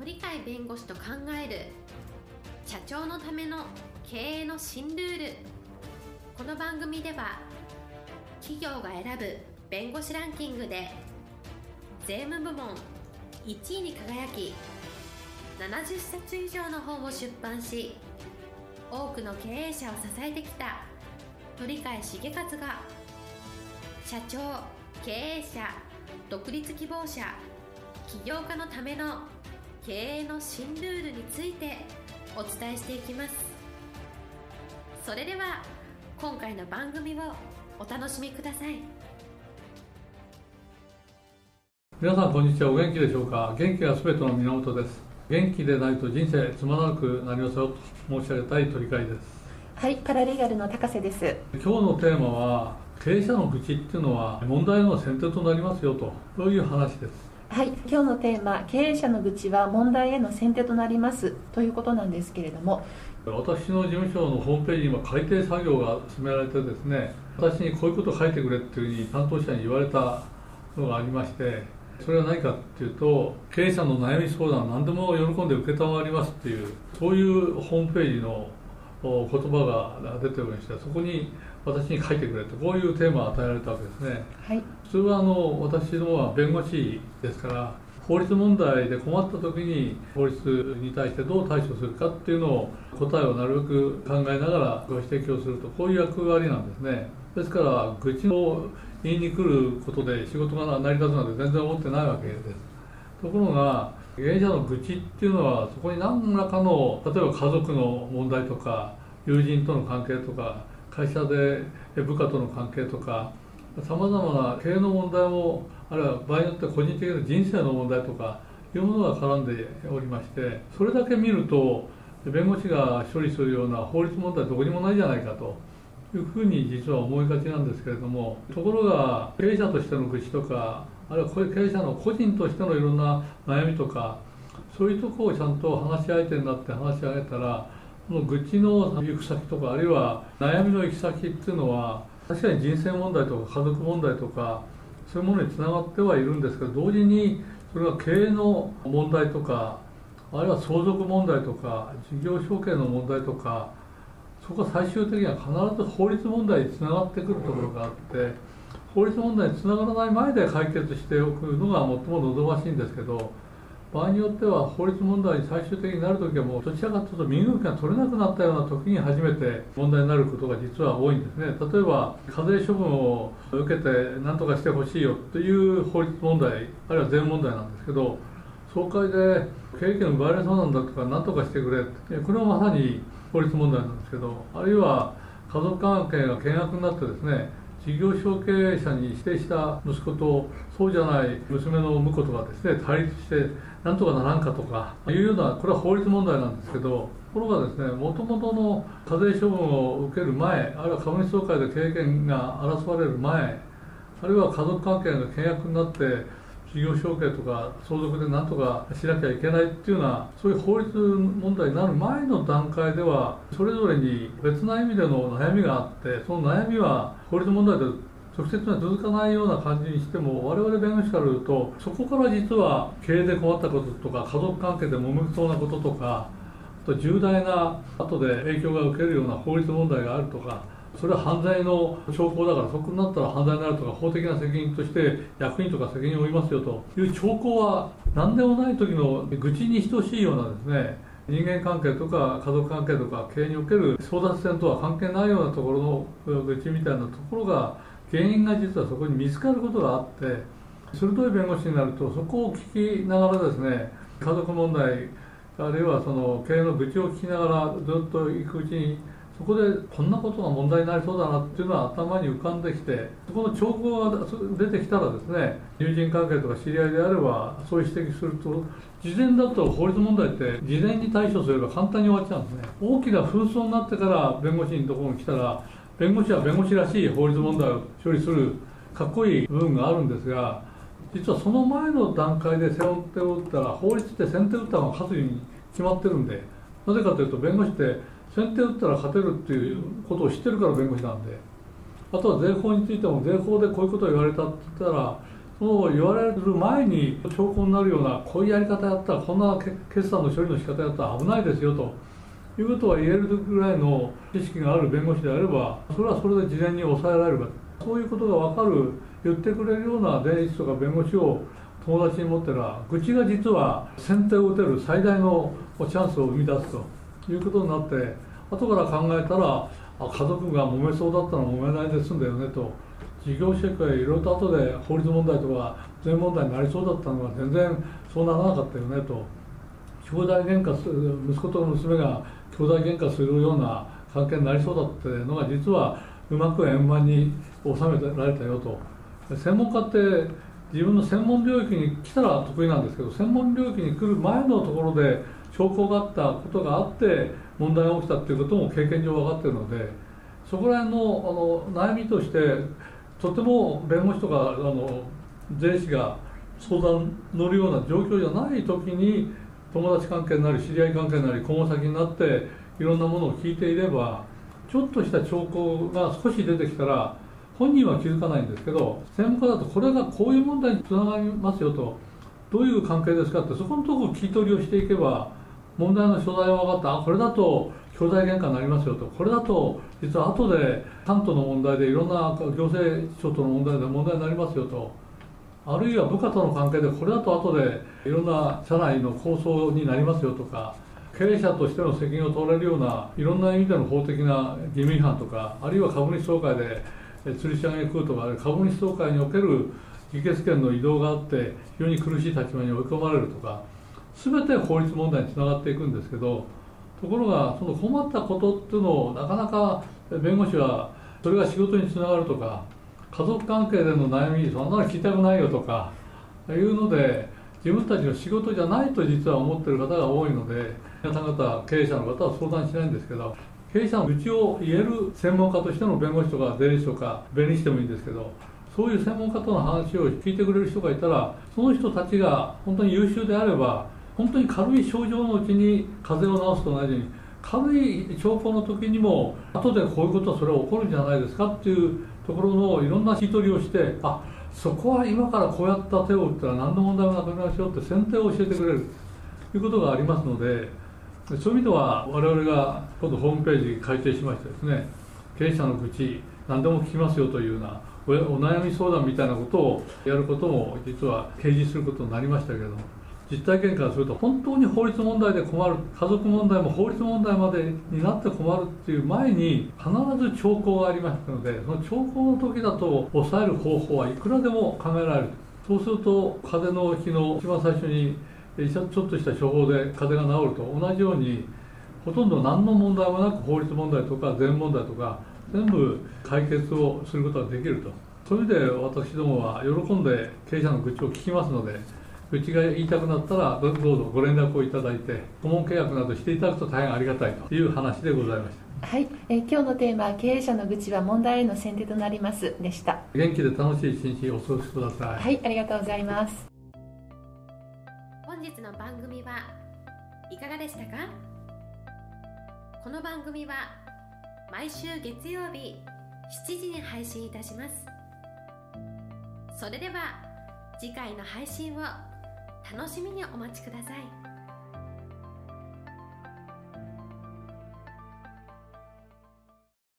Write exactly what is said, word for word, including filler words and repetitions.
鳥飼弁護士と考える社長のための経営の新ルール。この番組では企業が選ぶ弁護士ランキングで税務部門いちいに輝き、ななじゅっさつ以上の本を出版し、多くの経営者を支えてきた鳥飼茂勝が、社長、経営者、独立希望者、起業家のための経営の新ルールについてお伝えしていきます。それでは今回の番組をお楽しみください。 皆さんこんにちは。お元気でしょうか。元気がすべての源です。元気でないと人生つまらなくなりますよと申し上げたい鳥飼です。 はい、パラリーガルの高瀬です。 今日のテーマは、経営者の愚痴っていうのは問題の先手となりますよと、そういう話です。 はい、今日のテーマ、経営者の愚痴は問題への先手となりますということなんですけれども、 私の事務所のホームページに今改訂作業が進められてですね、私にこういうことを書いてくれっていうふうに担当者に言われたのがありまして、それは何かっていうと、経営者の悩み相談何でも喜んで受けたまわりますっていう、そういうホームページの言葉が出ておりまして、そこに私に書いてくれって、こういうテーマを与えられたわけですね。 はい、 普通はあの私どもは弁護士ですから、法律問題で困った時に法律に対してどう対処するかっていうのを、答えをなるべく考えながらご指摘をすると、こういう役割なんですね。ですから愚痴を言いに来ることで仕事が成り立つなんて全然思ってないわけです。ところが経営者の愚痴っていうのは、そこに何らかの、例えば家族の問題とか、友人との関係とか、会社で部下との関係とか、さまざまな経営の問題も、あるいは場合によっては個人的な人生の問題とかいうものが絡んでおりまして、それだけ見ると弁護士が処理するような法律問題どこにもないじゃないかというふうに実は思いがちなんですけれども、ところが経営者としての愚痴とか、あるいはこういう経営者の個人としてのいろんな悩みとか、そういうところをちゃんと話し相手になって話し上げたら、この愚痴の行く先とか、あるいは悩みの行き先っていうのは、確かに人生問題とか家族問題とか、そういうものにつながってはいるんですけど、同時にそれが経営の問題とか、あるいは相続問題とか、事業承継の問題とか、そこは最終的には必ず法律問題につながってくるところがあって、法律問題につながらない前で解決しておくのが最も望ましいんですけど、場合によっては法律問題に最終的になるときは、もうどちらかというと身動きが取れなくなったようなときに初めて問題になることが実は多いんですね。例えば課税処分を受けて何とかしてほしいよという法律問題、あるいは税務問題なんですけど、総会で経営権奪われそうなんだとか何とかしてくれって、これもまさに法律問題なんですけど、あるいは家族関係が険悪になってですね、事業承継者に指定した息子とそうじゃない娘の婿とかですね、対立してなんとかならんかとかいうような、これは法律問題なんですけど、ところがですね、もともとの課税処分を受ける前、あるいは株主総会で経営権が争われる前、あるいは家族関係が険悪になって事業承継とか相続で何とかしなきゃいけないっていうような、そういう法律問題になる前の段階では、それぞれに別な意味での悩みがあって、その悩みは法律問題で直接には続かないような感じにしても、我々弁護士から言うと、そこから実は経営で困ったこととか、家族関係で揉めそうなこととか、あと重大な後で影響が受けるような法律問題があるとか、それは犯罪の兆候だから、そこになったら犯罪になるとか、法的な責任として役員とか責任を負いますよという兆候は、何でもない時の愚痴に等しいようなですね、人間関係とか家族関係とか経営における争奪戦とは関係ないようなところの愚痴みたいなところが、原因が実はそこに見つかることがあって、鋭い弁護士になるとそこを聞きながらですね、家族問題、あるいはその経営の愚痴を聞きながらずっと行くうちに、そこでこんなことが問題になりそうだなっていうのは頭に浮かんできて、そこの兆候が出てきたらですね、友人関係とか知り合いであればそういう指摘すると、事前だと法律問題って事前に対処すれば簡単に終わっちゃうんですね。大きな紛争になってから弁護士のところに来たら、弁護士は弁護士らしい法律問題を処理するかっこいい部分があるんですが、実はその前の段階で先手を打ったら、法律って先手打ったのが勝つに決まってるんで、なぜかというと弁護士って先手打ったら勝てるっていうことを知ってるから弁護士なんで、あとは税法についても税法でこういうことを言われたって言ったら、 その言われる前に証拠になるようなこういうやり方やったらこんな決算の処理の仕方やったら危ないですよということは言えるぐらいの知識がある弁護士であれば、それはそれで事前に抑えられるか、そういうことが分かる、言ってくれるような弁理士とか弁護士を友達に持ってら、愚痴が実は先手を打てる最大のチャンスを生み出すということになって、後から考えたら、あ家族が揉めそうだったの揉めないで済んだよねと、事業者会いろいろと後で法律問題とか税問題になりそうだったのが全然そうならなかったよねと、兄弟喧嘩する、息子と娘が兄弟喧嘩するような関係になりそうだっていうのが実はうまく円満に収められたよと。専門家って自分の専門領域に来たら得意なんですけど、専門領域に来る前のところで証拠があったことがあって問題が起きたっていうことも経験上分かっているので、そこら辺のあの悩みとしてとても弁護士とかあの税理士が相談乗るような状況じゃない時に友達関係なり知り合い関係なり今後先になっていろんなものを聞いていれば、ちょっとした兆候が少し出てきたら本人は気づかないんですけど、専門家だとこれがこういう問題につながりますよと、どういう関係ですかってそこのところを聞き取りをしていけば問題の所在は分かった、あこれだと兄弟喧嘩になりますよと、これだと実は後で担当の問題でいろんな行政庁との問題で問題になりますよと、あるいは部下との関係でこれだと後でいろんな社内の抗争になりますよとか、経営者としての責任を取れるようないろんな意味での法的な義務違反とか、あるいは株主総会で吊り下げ食うとか、株主総会における議決権の移動があって非常に苦しい立場に追い込まれるとか、全て法律問題につながっていくんですけど、ところがその困ったことっていうのをなかなか弁護士はそれが仕事につながるとか、家族関係での悩みそんなの聞きたくないよとかいうので、自分たちの仕事じゃないと実は思ってる方が多いので、皆さん方経営者の方は相談しないんですけど、経営者の愚痴を言える専門家としての弁護士とか税理士とか弁理士でもいいんですけど、そういう専門家との話を聞いてくれる人がいたら、その人たちが本当に優秀であれば、本当に軽い症状のうちに風邪を治すと同じように、軽い兆候の時にも後でこういうことはそれは起こるんじゃないですかっていうところのいろんな聞き取りをして、あそこは今からこうやった手を打ったら何の問題もなくなりますよって先手を教えてくれるということがありますので、そういう意味では我々が今度ホームページ改定しましてですね、経営者の愚痴何でも聞きますよというようなお悩み相談みたいなことをやることも実は掲示することになりましたけれども、実体験からすると本当に法律問題で困る、家族問題も法律問題までになって困るっていう前に必ず兆候がありましたので、その兆候の時だと抑える方法はいくらでも考えられる。そうすると風邪の日の一番最初にちょっとした処方で風邪が治ると同じように、ほとんど何の問題もなく法律問題とか税問題とか全部解決をすることができると。そういう意味で私どもは喜んで経営者の愚痴を聞きますので、愚痴が言いたくなったらどうぞご連絡をいただいて顧問契約などしていただくと大変ありがたいという話でございました。 はい、えー、今日のテーマは経営者の愚痴は問題への先手となりますでした。 元気で楽しい一日をお過ごしください。 はい、ありがとうございます。 本日の番組はいかがでしたか？この番組は毎週月曜日しちじに配信いたします。それでは次回の配信を楽しみにお待ちください。